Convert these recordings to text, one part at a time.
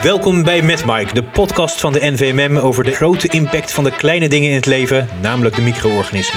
Welkom bij Met Mike, de podcast van de NVMM over de grote impact van de kleine dingen in het leven, namelijk de micro-organismen.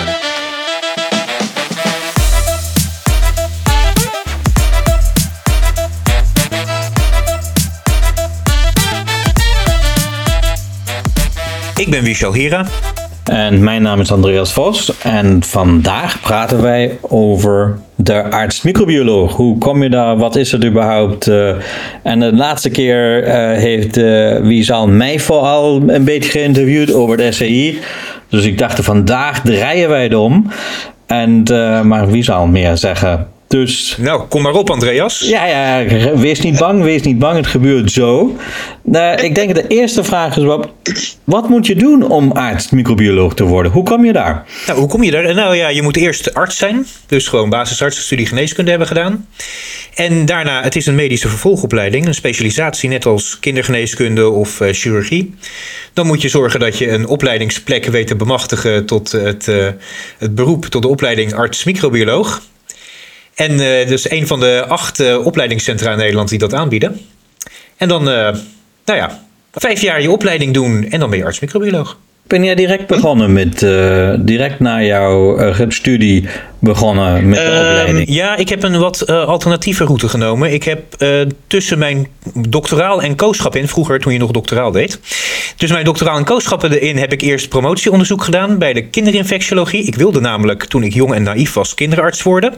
Ik ben Wichel Hira. En mijn naam is Andreas Vos en vandaag praten wij over de arts-microbioloog. Hoe kom je daar? Wat is het überhaupt? En de laatste keer heeft Wiesal mij vooral een beetje geïnterviewd over de SCI. Dus ik dacht, vandaag draaien wij het om. Maar wie zal meer zeggen? Dus, nou, kom maar op, Andreas. Ja, wees niet bang, het gebeurt zo. Ik denk de eerste vraag is, wat moet je doen om arts-microbioloog te worden? Hoe kom je daar? Nou, hoe kom je daar? Nou ja, je moet eerst arts zijn. Dus gewoon basisartsenstudie geneeskunde hebben gedaan. En daarna, het is een medische vervolgopleiding, een specialisatie net als kindergeneeskunde of chirurgie. Dan moet je zorgen dat je een opleidingsplek weet te bemachtigen tot het beroep, tot de opleiding arts-microbioloog. En dus een van de 8 opleidingscentra in Nederland die dat aanbieden. En dan, 5 jaar je opleiding doen en dan ben je arts-microbioloog. Ben jij direct begonnen met, direct na jouw studie begonnen met de opleiding? Ja, ik heb een wat alternatieve route genomen. Ik heb tussen mijn doctoraal en kooschap in, vroeger toen je nog doctoraal deed. Tussen mijn doctoraal en kooschappen in heb ik eerst promotieonderzoek gedaan bij de kinderinfectiologie. Ik wilde namelijk, toen ik jong en naïef was, kinderarts worden.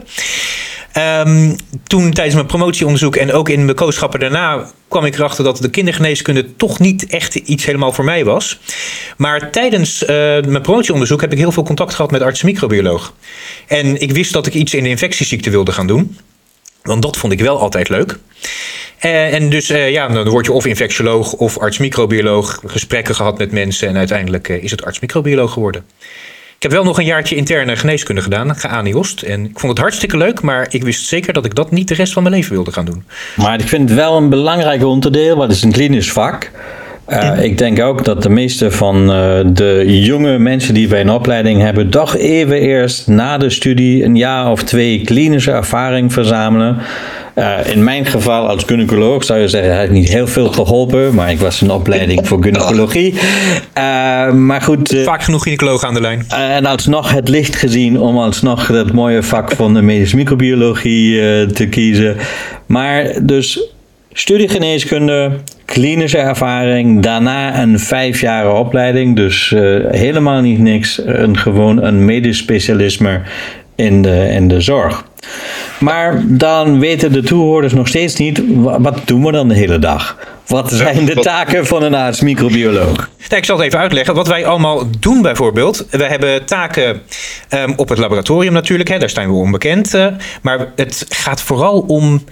Toen tijdens mijn promotieonderzoek en ook in mijn kooschappen daarna kwam ik erachter dat de kindergeneeskunde toch niet echt iets helemaal voor mij was. Maar tijdens mijn promotieonderzoek heb ik heel veel contact gehad met arts-microbioloog. En ik wist dat ik iets in de infectieziekte wilde gaan doen. Want dat vond ik wel altijd leuk. Dan word je of infectioloog of arts-microbioloog, gesprekken gehad met mensen en uiteindelijk is het arts-microbioloog geworden. Ik heb wel nog een jaartje interne geneeskunde gedaan, geaniost. En ik vond het hartstikke leuk, maar ik wist zeker dat ik dat niet de rest van mijn leven wilde gaan doen. Maar ik vind het wel een belangrijk onderdeel, want het is een klinisch vak. Ik denk ook dat de meeste van de jonge mensen die wij een opleiding hebben, toch even eerst na de studie een jaar of 2 klinische ervaring verzamelen. In mijn geval als gynaecoloog zou je zeggen, hij heeft niet heel veel geholpen, maar ik was een opleiding voor gynaecologie. Maar goed. Vaak genoeg gynaecologen aan de lijn. En alsnog het licht gezien om alsnog dat mooie vak van de medische microbiologie te kiezen. Maar dus studie geneeskunde, klinische ervaring, daarna een 5-jarige opleiding. Dus helemaal niet niks, gewoon een medisch specialisme in de zorg. Maar dan weten de toehoorders nog steeds niet, wat doen we dan de hele dag? Wat zijn de taken van een arts-microbioloog? Nou, ik zal het even uitleggen. Wat wij allemaal doen bijvoorbeeld. We hebben taken op het laboratorium natuurlijk. Daar staan we onbekend. Maar het gaat vooral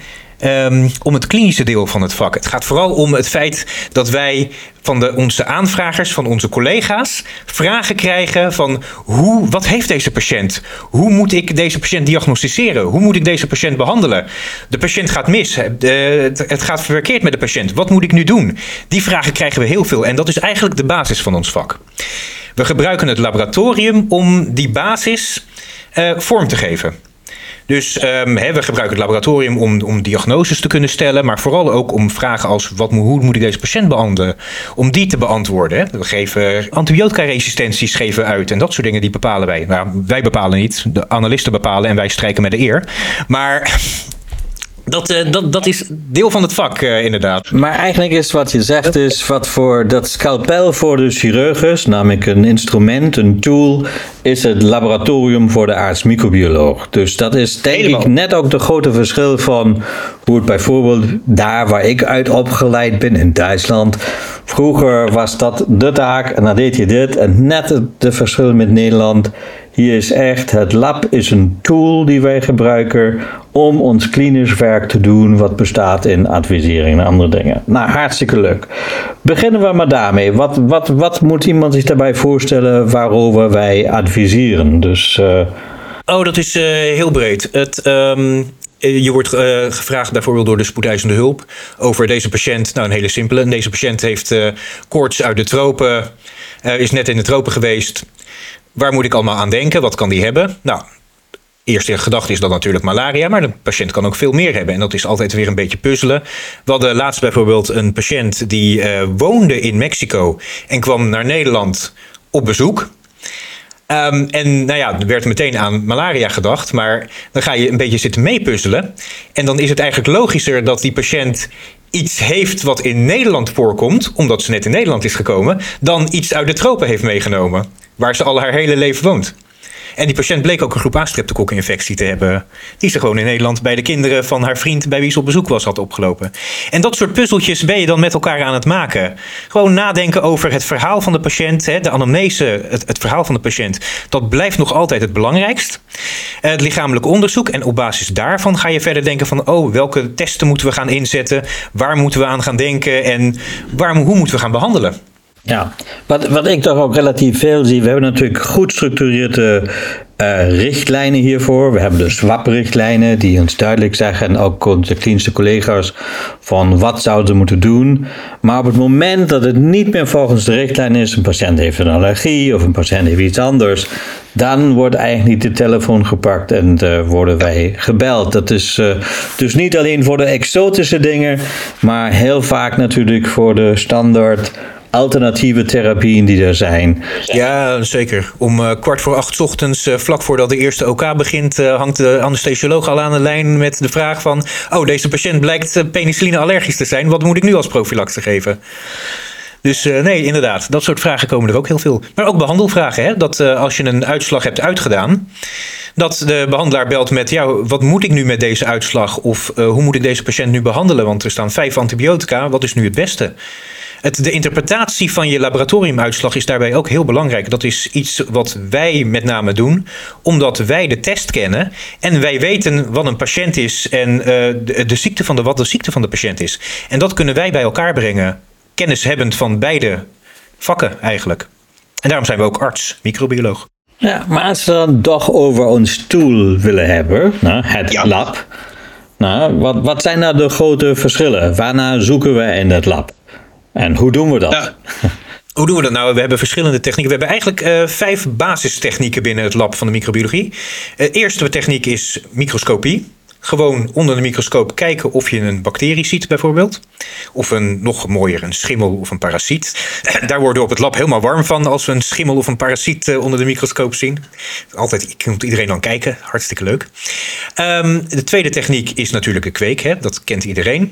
om het klinische deel van het vak. Het gaat vooral om het feit dat wij van onze aanvragers, van onze collega's, vragen krijgen van wat heeft deze patiënt? Hoe moet ik deze patiënt diagnosticeren? Hoe moet ik deze patiënt behandelen? De patiënt gaat mis. Het gaat verkeerd met de patiënt. Wat moet ik nu doen? Die vragen krijgen we heel veel en dat is eigenlijk de basis van ons vak. We gebruiken het laboratorium om die basis vorm te geven. Dus we gebruiken het laboratorium om diagnoses te kunnen stellen, maar vooral ook om vragen als hoe moet ik deze patiënt behandelen, om die te beantwoorden. Hè. We geven antibiotica-resistenties geven uit en dat soort dingen die bepalen wij. Nou, wij bepalen niet, de analisten bepalen en wij strijken met de eer. Maar dat is deel van het vak, inderdaad. Maar eigenlijk is wat je zegt, is wat voor dat scalpel voor de chirurg is, namelijk een instrument, een tool, is het laboratorium voor de arts-microbioloog. Dus dat is denk ik net ook de grote verschil van hoe het bijvoorbeeld daar waar ik uit opgeleid ben in Duitsland. Vroeger was dat de taak en dan deed je dit en net het verschil met Nederland. Hier is echt, het lab is een tool die wij gebruiken om ons klinisch werk te doen wat bestaat in advisering en andere dingen. Nou, hartstikke leuk. Beginnen we maar daarmee. Wat moet iemand zich daarbij voorstellen waarover wij adviseren? Dus, dat is heel breed. Je wordt gevraagd bijvoorbeeld door de spoedeisende hulp over deze patiënt. Nou, een hele simpele. Deze patiënt heeft koorts uit de tropen, is net in de tropen geweest. Waar moet ik allemaal aan denken? Wat kan die hebben? Nou, Eerste gedachte is dan natuurlijk malaria, maar de patiënt kan ook veel meer hebben. En dat is altijd weer een beetje puzzelen. We hadden laatst bijvoorbeeld een patiënt die woonde in Mexico en kwam naar Nederland op bezoek. En nou ja, er werd meteen aan malaria gedacht, maar dan ga je een beetje zitten meepuzzelen. En dan is het eigenlijk logischer dat die patiënt iets heeft wat in Nederland voorkomt, omdat ze net in Nederland is gekomen, dan iets uit de tropen heeft meegenomen, waar ze al haar hele leven woont. En die patiënt bleek ook een groep A-streptokokkeninfectie te hebben, die ze gewoon in Nederland bij de kinderen van haar vriend bij wie ze op bezoek was had opgelopen. En dat soort puzzeltjes ben je dan met elkaar aan het maken. Gewoon nadenken over het verhaal van de patiënt, de anamnese, het verhaal van de patiënt. Dat blijft nog altijd het belangrijkst. Het lichamelijk onderzoek, en op basis daarvan ga je verder denken van, welke testen moeten we gaan inzetten, waar moeten we aan gaan denken en hoe moeten we gaan behandelen. Ja, wat ik toch ook relatief veel zie, we hebben natuurlijk goed gestructureerde richtlijnen hiervoor. We hebben de SWAP-richtlijnen die ons duidelijk zeggen, en ook onze klinische collega's, van wat zouden ze moeten doen. Maar op het moment dat het niet meer volgens de richtlijn is, een patiënt heeft een allergie of een patiënt heeft iets anders, dan wordt eigenlijk de telefoon gepakt en worden wij gebeld. Dat is dus niet alleen voor de exotische dingen, maar heel vaak natuurlijk voor de standaard alternatieve therapieën die er zijn. Ja, zeker. Om 7:15 ochtends, vlak voordat de eerste OK begint, hangt de anesthesioloog al aan de lijn met de vraag van, deze patiënt blijkt penicilline allergisch te zijn. Wat moet ik nu als profilaxe geven? Dus nee, inderdaad. Dat soort vragen komen er ook heel veel. Maar ook behandelvragen. Hè? Dat als je een uitslag hebt uitgedaan, dat de behandelaar belt met, wat moet ik nu met deze uitslag? Of hoe moet ik deze patiënt nu behandelen? Want er staan 5 antibiotica. Wat is nu het beste? De interpretatie van je laboratoriumuitslag is daarbij ook heel belangrijk. Dat is iets wat wij met name doen, omdat wij de test kennen en wij weten wat een patiënt is en wat de ziekte van de patiënt is. En dat kunnen wij bij elkaar brengen, kennishebbend van beide vakken eigenlijk. En daarom zijn we ook arts, microbioloog. Ja, maar als we dan toch over ons tool willen hebben, het lab. Wat zijn nou de grote verschillen? Waarnaar zoeken we in het lab? En hoe doen we dat? Ja. Hoe doen we dat nou? We hebben verschillende technieken. We hebben eigenlijk 5 basistechnieken binnen het lab van de microbiologie. De eerste techniek is microscopie. Gewoon onder de microscoop kijken of je een bacterie ziet bijvoorbeeld. Of nog mooier, een schimmel of een parasiet. Daar worden we op het lab helemaal warm van als we een schimmel of een parasiet onder de microscoop zien. Altijd komt iedereen dan kijken. Hartstikke leuk. De tweede techniek is natuurlijk een kweek. Hè? Dat kent iedereen.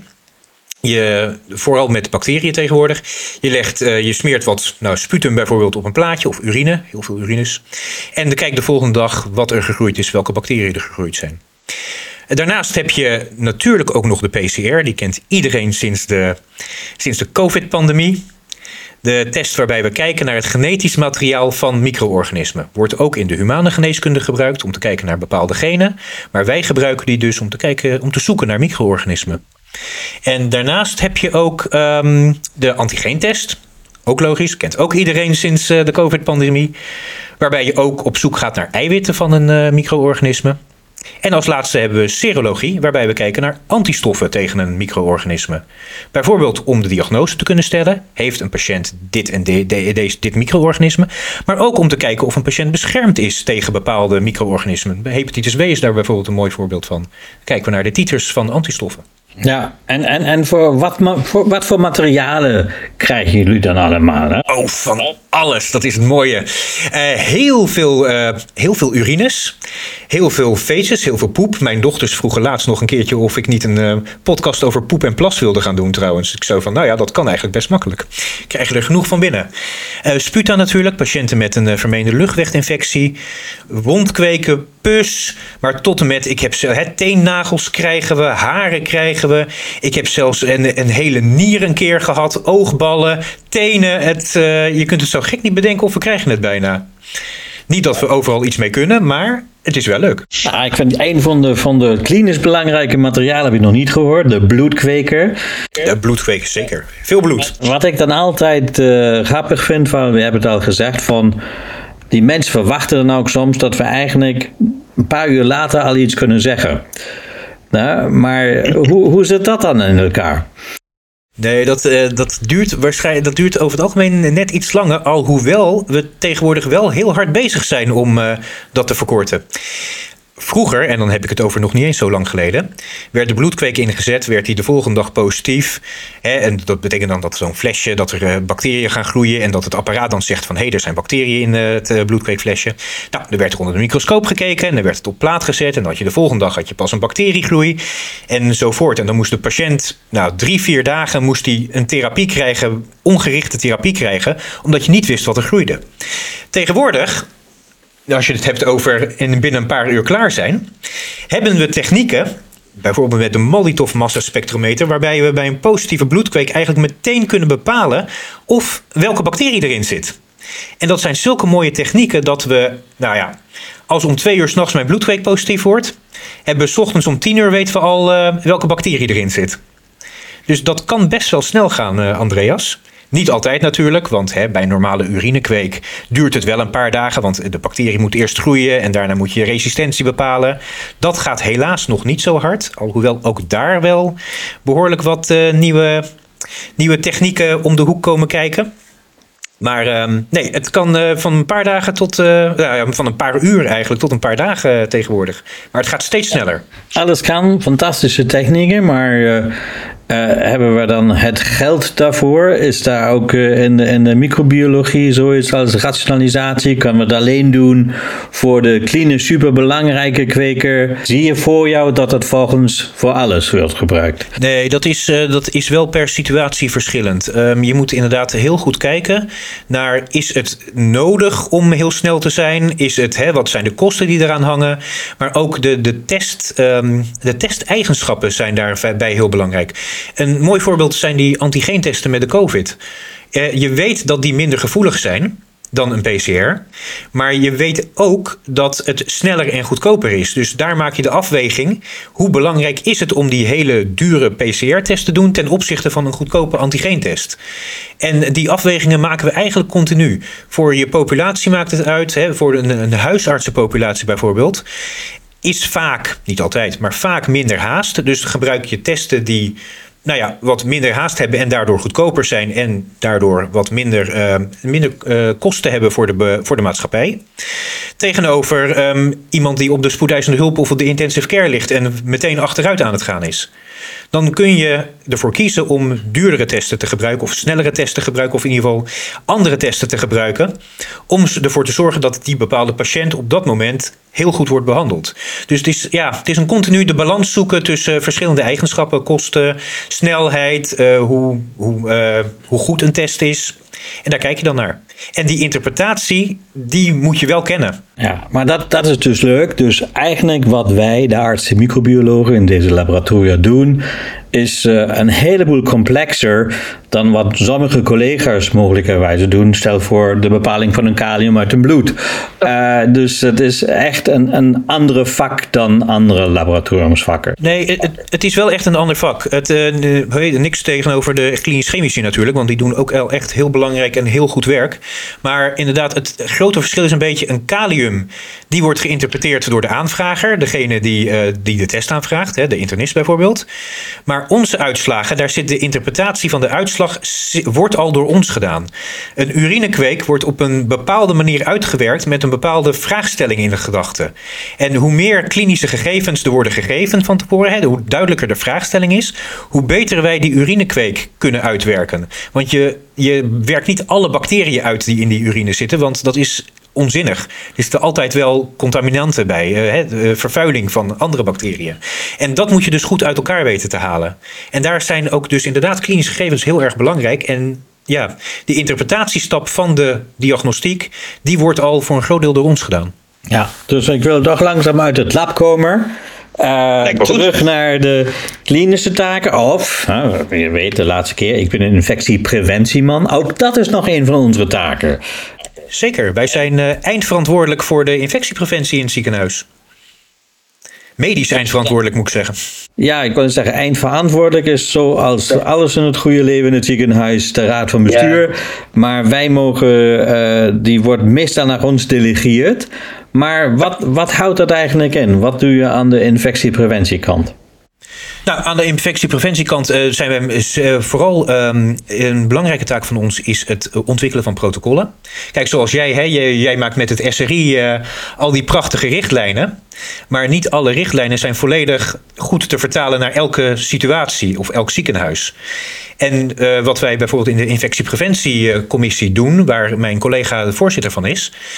Vooral met bacteriën tegenwoordig. Je smeert wat sputum bijvoorbeeld op een plaatje of urine, heel veel urines. En dan kijk de volgende dag wat er gegroeid is, welke bacteriën er gegroeid zijn. Daarnaast heb je natuurlijk ook nog de PCR. Die kent iedereen sinds de COVID-pandemie. De test waarbij we kijken naar het genetisch materiaal van micro-organismen. Wordt ook in de humane geneeskunde gebruikt om te kijken naar bepaalde genen. Maar wij gebruiken die dus om te zoeken naar micro-organismen. En daarnaast heb je ook de antigeentest. Ook logisch, kent ook iedereen sinds de COVID-pandemie. Waarbij je ook op zoek gaat naar eiwitten van een micro-organisme. En als laatste hebben we serologie, waarbij we kijken naar antistoffen tegen een micro-organisme. Bijvoorbeeld om de diagnose te kunnen stellen, heeft een patiënt dit en dit micro-organisme. Maar ook om te kijken of een patiënt beschermd is tegen bepaalde micro-organismen. Hepatitis B is daar bijvoorbeeld een mooi voorbeeld van. Kijken we naar de titers van antistoffen. Ja, en voor wat voor materialen krijgen jullie dan allemaal? Hè? Van alles. Dat is het mooie. Heel veel urines. Heel veel feces, heel veel poep. Mijn dochters vroegen laatst nog een keertje of ik niet een podcast over poep en plas wilde gaan doen trouwens. Ik zei van, dat kan eigenlijk best makkelijk. Krijgen er genoeg van binnen. Sputa natuurlijk, patiënten met een vermeende luchtweginfectie. Wondkweken, pus. Maar tot en met, teennagels krijgen we, haren krijgen we. Ik heb zelfs een hele nier een keer gehad. Oogballen, tenen. Je kunt het zo gek niet bedenken of we krijgen het bijna. Niet dat we overal iets mee kunnen, maar het is wel leuk. Ja, ik vind een van de klinisch belangrijke materialen heb ik nog niet gehoord. De bloedkweker. De bloedkweker, zeker. Veel bloed. Wat ik dan altijd grappig vind, we hebben het al gezegd, van die mensen verwachten dan ook soms dat we eigenlijk een paar uur later al iets kunnen zeggen. Maar hoe zit dat dan in elkaar? Nee, dat duurt over het algemeen net iets langer. Alhoewel we tegenwoordig wel heel hard bezig zijn om dat te verkorten. vroeger, en dan heb ik het over nog niet eens zo lang geleden, werd de bloedkweek ingezet, werd die de volgende dag positief. En dat betekent dan dat zo'n flesje, dat er bacteriën gaan groeien en dat het apparaat dan zegt van er zijn bacteriën in het bloedkweekflesje. Nou, er werd er onder de microscoop gekeken en dan werd het op plaat gezet en dan had je de volgende dag had je pas een bacteriegroei enzovoort. En dan moest de patiënt, 3-4 dagen moest hij een therapie krijgen, ongerichte therapie krijgen, omdat je niet wist wat er groeide. Tegenwoordig, als je het hebt over binnen een paar uur klaar zijn, hebben we technieken, bijvoorbeeld met de Molotov massaspectrometer, waarbij we bij een positieve bloedkweek eigenlijk meteen kunnen bepalen of welke bacterie erin zit. En dat zijn zulke mooie technieken dat we, als om 2 uur 's nachts mijn bloedkweek positief wordt, hebben we 's ochtends om 10 uur weten we al welke bacterie erin zit. Dus dat kan best wel snel gaan, Andreas. Niet altijd natuurlijk, want bij een normale urinekweek duurt het wel een paar dagen, want de bacterie moet eerst groeien en daarna moet je resistentie bepalen. Dat gaat helaas nog niet zo hard, alhoewel ook daar wel behoorlijk wat nieuwe technieken om de hoek komen kijken. Maar nee, het kan van een paar dagen tot, van een paar uur eigenlijk tot een paar dagen tegenwoordig. Maar het gaat steeds sneller. Alles kan, fantastische technieken, maar hebben we dan het geld daarvoor? Is daar ook in de microbiologie zoiets als rationalisatie? Kan we het alleen doen voor de klinisch superbelangrijke kweker? Zie je voor jou dat het volgens voor alles wordt gebruikt? Nee, dat is wel per situatie verschillend. Je moet inderdaad heel goed kijken naar, is het nodig om heel snel te zijn? Is het, wat zijn de kosten die eraan hangen? Maar ook de testeigenschappen zijn daarbij heel belangrijk. Een mooi voorbeeld zijn die antigeentesten met de COVID. Je weet dat die minder gevoelig zijn dan een PCR. Maar je weet ook dat het sneller en goedkoper is. Dus daar maak je de afweging. Hoe belangrijk is het om die hele dure PCR-test te doen ten opzichte van een goedkope antigeentest? En die afwegingen maken we eigenlijk continu. Voor je populatie maakt het uit. Voor een huisartsenpopulatie bijvoorbeeld is vaak, niet altijd, maar vaak minder haast. Dus gebruik je testen die wat minder haast hebben en daardoor goedkoper zijn en daardoor wat minder kosten hebben voor de maatschappij. Tegenover iemand die op de spoedeisende hulp of op de intensive care ligt en meteen achteruit aan het gaan is. Dan kun je ervoor kiezen om duurdere testen te gebruiken of snellere testen te gebruiken of in ieder geval andere testen te gebruiken om ervoor te zorgen dat die bepaalde patiënt op dat moment heel goed wordt behandeld. Dus het is een continu de balans zoeken tussen verschillende eigenschappen, kosten, snelheid, hoe goed een test is. En daar kijk je dan naar. En die interpretatie, die moet je wel kennen. Ja, maar dat is dus leuk. Dus eigenlijk wat wij, de artsen microbiologen in deze laboratoria doen, is een heleboel complexer dan wat sommige collega's mogelijkerwijze doen. Stel voor de bepaling van een kalium uit een bloed. Dus het is echt een andere vak dan andere laboratoriumsvakken. Nee, het is wel echt een ander vak. Niks tegenover de klinisch chemici natuurlijk, want die doen ook echt heel belangrijk en heel goed werk. Maar inderdaad, het grote verschil is een beetje een kalium. Die wordt geïnterpreteerd door de aanvrager, degene die de test aanvraagt, de internist bijvoorbeeld. Maar onze uitslagen, daar zit de interpretatie van de uitslag, wordt al door ons gedaan. Een urinekweek wordt op een bepaalde manier uitgewerkt met een bepaalde vraagstelling in de gedachte. En hoe meer klinische gegevens er worden gegeven van tevoren, hoe duidelijker de vraagstelling is, hoe beter wij die urinekweek kunnen uitwerken. Want je werkt niet alle bacteriën uit die in die urine zitten, want dat is onzinnig. Er zitten altijd wel contaminanten bij, vervuiling van andere bacteriën. En dat moet je dus goed uit elkaar weten te halen. En daar zijn ook dus inderdaad klinische gegevens heel erg belangrijk. En ja, die interpretatiestap van de diagnostiek, die wordt al voor een groot deel door ons gedaan. Ja, dus ik wil toch langzaam uit het lab komen. Terug naar de klinische taken. Of, je weet de laatste keer, ik ben een infectiepreventieman. Ook dat is nog een van onze taken. Zeker, wij zijn eindverantwoordelijk voor de infectiepreventie in het ziekenhuis. Medisch eindverantwoordelijk moet ik zeggen. Ja, ik wil zeggen, eindverantwoordelijk is zoals alles in het goede leven in het ziekenhuis de raad van bestuur. Ja. Maar wij mogen, die wordt meestal naar ons delegeerd. Maar wat houdt dat eigenlijk in? Wat doe je aan de infectiepreventiekant? Nou, aan de infectiepreventiekant zijn we vooral een belangrijke taak van ons is het ontwikkelen van protocollen. Kijk, zoals jij maakt met het SRI al die prachtige richtlijnen. Maar niet alle richtlijnen zijn volledig goed te vertalen naar elke situatie of elk ziekenhuis. En wat wij bijvoorbeeld in de infectiepreventiecommissie doen, waar mijn collega de voorzitter van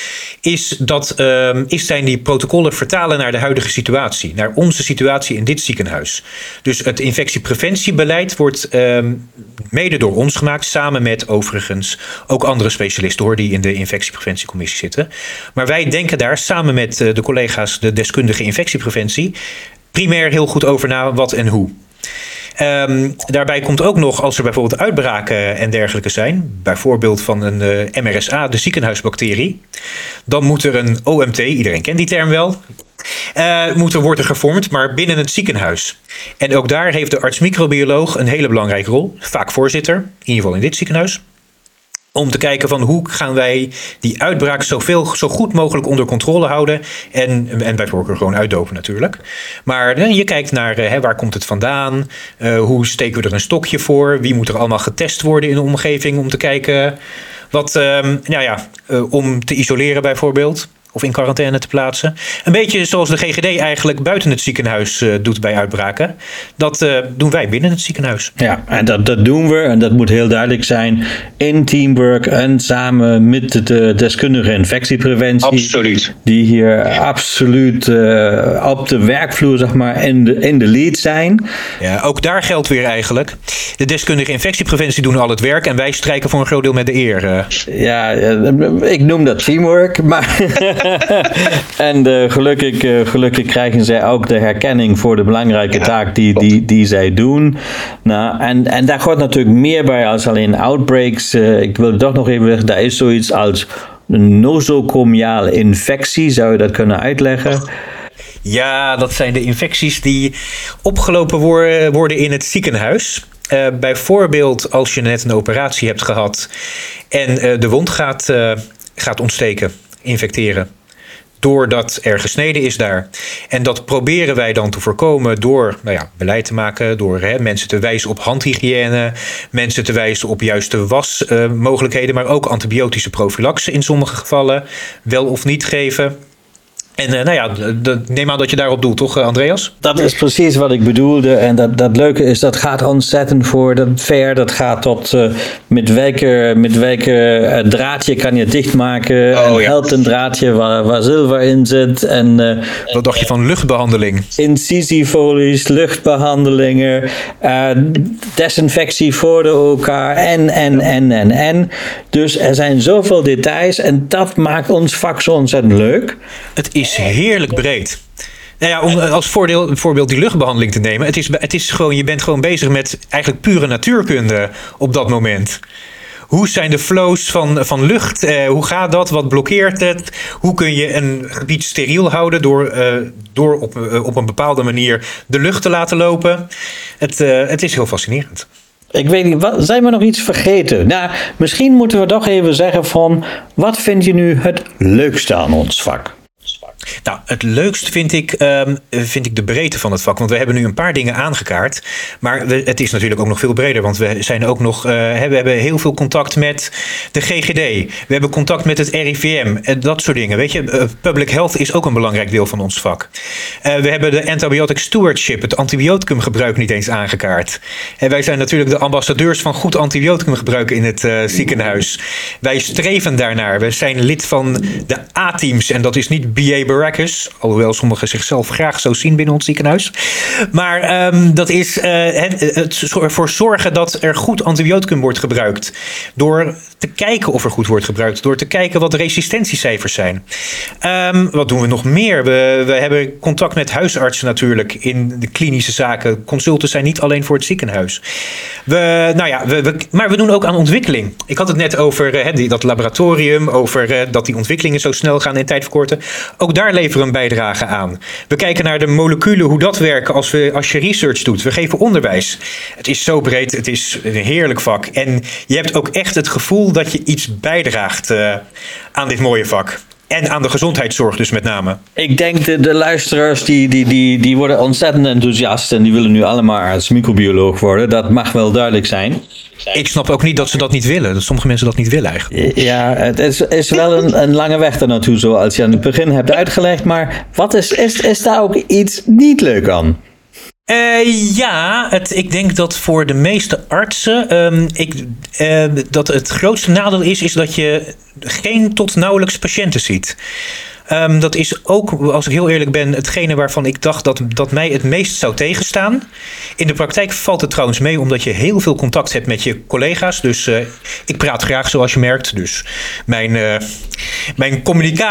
zijn die protocollen vertalen naar de huidige situatie, naar onze situatie in dit ziekenhuis. Dus het infectiepreventiebeleid wordt mede door ons gemaakt, samen met overigens ook andere specialisten die in de infectiepreventiecommissie zitten. Maar wij denken daar samen met de collega's, de deskundige infectiepreventie, primair heel goed over na wat en hoe. Daarbij komt ook nog, als er bijvoorbeeld uitbraken en dergelijke zijn, bijvoorbeeld van een MRSA, de ziekenhuisbacterie, dan moet er een OMT, iedereen kent die term wel, wordt er gevormd, maar binnen het ziekenhuis. En ook daar heeft de arts-microbioloog een hele belangrijke rol, vaak voorzitter, in ieder geval in dit ziekenhuis, om te kijken van hoe gaan wij die uitbraak zo goed mogelijk onder controle houden. En bij voorkeur gewoon uitdoven natuurlijk. Maar je kijkt naar waar komt het vandaan? Hoe steken we er een stokje voor? Wie moet er allemaal getest worden in de omgeving om te kijken om te isoleren bijvoorbeeld. Of in quarantaine te plaatsen. Een beetje zoals de GGD eigenlijk buiten het ziekenhuis doet bij uitbraken. Dat doen wij binnen het ziekenhuis. Ja, en dat doen we. En dat moet heel duidelijk zijn. In teamwork en samen met de deskundige infectiepreventie. Absoluut. Die hier absoluut op de werkvloer, zeg maar, in de lead zijn. Ja, ook daar geldt weer eigenlijk. De deskundige infectiepreventie doen al het werk. En wij strijken voor een groot deel met de eer. Ja, ik noem dat teamwork. Maar en gelukkig krijgen zij ook de herkenning voor de belangrijke taak die zij doen. Nou, en daar hoort natuurlijk meer bij als alleen outbreaks. Ik wil toch nog even zeggen, daar is zoiets als een nosocomiale infectie. Zou je dat kunnen uitleggen? Ja, dat zijn de infecties die opgelopen worden in het ziekenhuis. Bijvoorbeeld als je net een operatie hebt gehad en de wond gaat ontsteken, infecteren. Doordat er gesneden is daar. En dat proberen wij dan te voorkomen door beleid te maken. Door mensen te wijzen op handhygiëne. Mensen te wijzen op juiste wasmogelijkheden. Maar ook antibiotische profylaxe in sommige gevallen. Wel of niet geven. En neem aan dat je daarop doelt, toch Andreas? Dat is precies wat ik bedoelde. En dat leuke is, dat gaat ontzettend voor dat ver. Dat gaat tot met welke draadje kan je dichtmaken. Helpt een draadje waar zilver in zit. En, wat dacht je van luchtbehandeling? Incisiefolies, luchtbehandelingen, desinfectie voor de OK en. Dus er zijn zoveel details en dat maakt ons vak zo ontzettend leuk. Het is heerlijk breed. Nou ja, om als voorbeeld die luchtbehandeling te nemen. Het is gewoon, je bent gewoon bezig met eigenlijk pure natuurkunde op dat moment. Hoe zijn de flows van lucht? Hoe gaat dat? Wat blokkeert het? Hoe kun je een gebied steriel houden door op een bepaalde manier de lucht te laten lopen? Het is heel fascinerend. Ik weet niet, zijn we nog iets vergeten? Nou, misschien moeten we toch even zeggen van, wat vind je nu het leukste aan ons vak? Nou, het leukst vind ik de breedte van het vak. Want we hebben nu een paar dingen aangekaart. Maar het is natuurlijk ook nog veel breder. Want we zijn ook nog, we hebben heel veel contact met de GGD. We hebben contact met het RIVM. Dat soort dingen. Weet je, public health is ook een belangrijk deel van ons vak. We hebben de antibiotic stewardship, het antibioticumgebruik niet eens aangekaart. En wij zijn natuurlijk de ambassadeurs van goed antibioticumgebruik in het ziekenhuis. Wij streven daarnaar. We zijn lid van de A-teams. En dat is niet BA Baracus, alhoewel sommigen zichzelf graag zo zien binnen ons ziekenhuis. Maar dat is het ervoor zorgen dat er goed antibioticum wordt gebruikt. Door te kijken of er goed wordt gebruikt. Door te kijken wat de resistentiecijfers zijn. Wat doen we nog meer? We hebben contact met huisartsen natuurlijk in de klinische zaken. Consulten zijn niet alleen voor het ziekenhuis. Maar we doen ook aan ontwikkeling. Ik had het net over dat laboratorium, over dat die ontwikkelingen zo snel gaan en tijd verkorten. Ook daar leveren we een bijdrage aan. We kijken naar de moleculen, hoe dat werken als je research doet. We geven onderwijs. Het is zo breed, het is een heerlijk vak. En je hebt ook echt het gevoel dat je iets bijdraagt aan dit mooie vak. En aan de gezondheidszorg dus met name. Ik denk de luisteraars die worden ontzettend enthousiast en die willen nu allemaal arts-microbioloog worden. Dat mag wel duidelijk zijn. Ik snap ook niet dat ze dat niet willen. Dat sommige mensen dat niet willen eigenlijk. Ja, het is wel een lange weg daarnaartoe, zoals je aan het begin hebt uitgelegd. Maar wat is daar ook iets niet leuk aan? Ik denk dat voor de meeste artsen dat het grootste nadeel is dat je geen tot nauwelijks patiënten ziet. Dat is ook, als ik heel eerlijk ben, hetgene waarvan ik dacht dat mij het meest zou tegenstaan. In de praktijk valt het trouwens mee, omdat je heel veel contact hebt met je collega's. Dus ik praat graag, zoals je merkt. Dus mijn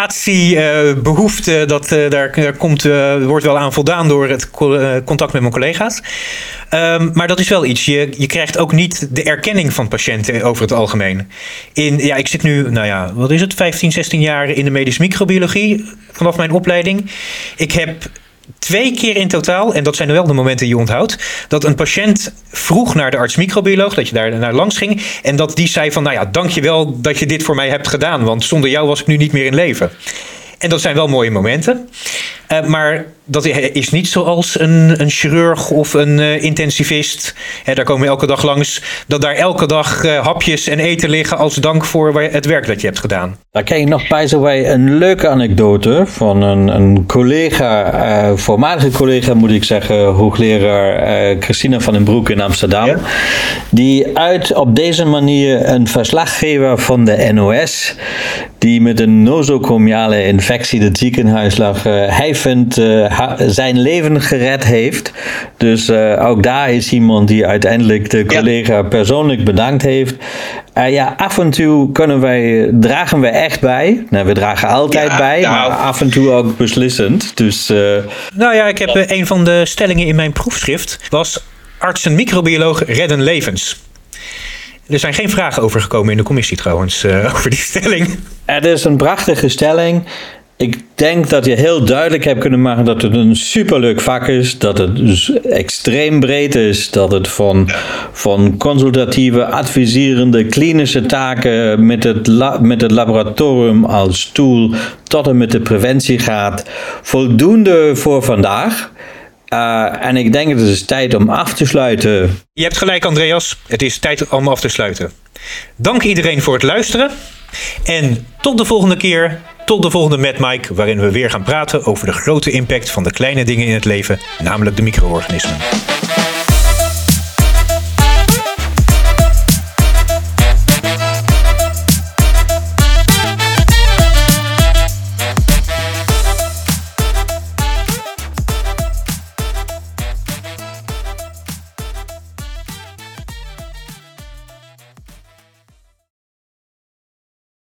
communicatiebehoefte, daar wordt wel aan voldaan door het contact met mijn collega's. Maar dat is wel iets. Je krijgt ook niet de erkenning van patiënten over het algemeen. Ik zit nu, 15, 16 jaar in de medische microbiologie vanaf mijn opleiding. Ik heb 2 keer in totaal, en dat zijn wel de momenten die je onthoudt, dat een patiënt vroeg naar de arts-microbioloog, dat je daar naar langs ging, en dat die zei van, dankjewel dat je dit voor mij hebt gedaan, want zonder jou was ik nu niet meer in leven. En dat zijn wel mooie momenten. Maar dat is niet zoals een chirurg of een intensivist. Daar komen we elke dag langs. Dat daar elke dag hapjes en eten liggen als dank voor het werk dat je hebt gedaan. Daar ken ik nog bij een leuke anekdote van een collega, voormalige collega moet ik zeggen, hoogleraar Christina van den Broek in Amsterdam. Ja? Die op deze manier een verslaggever van de NOS, die met een nosocomiale infectie in het ziekenhuis lag, hij vindt zijn leven gered heeft. Dus ook daar is iemand die uiteindelijk de collega persoonlijk bedankt heeft. Af en toe dragen wij echt bij. We dragen altijd bij, maar af en toe ook beslissend. Dus, ik heb een van de stellingen in mijn proefschrift was: artsen microbioloog redden levens. Er zijn geen vragen over gekomen in de commissie trouwens over die stelling. Het is een prachtige stelling. Ik denk dat je heel duidelijk hebt kunnen maken dat het een superleuk vak is. Dat het dus extreem breed is. Dat het van consultatieve, adviserende, klinische taken met het laboratorium als tool tot en met de preventie gaat. Voldoende voor vandaag. En ik denk het is tijd om af te sluiten. Je hebt gelijk, Andreas. Het is tijd om af te sluiten. Dank iedereen voor het luisteren. En tot de volgende keer. Tot de volgende Mad Mike, waarin we weer gaan praten over de grote impact van de kleine dingen in het leven, namelijk de micro-organismen.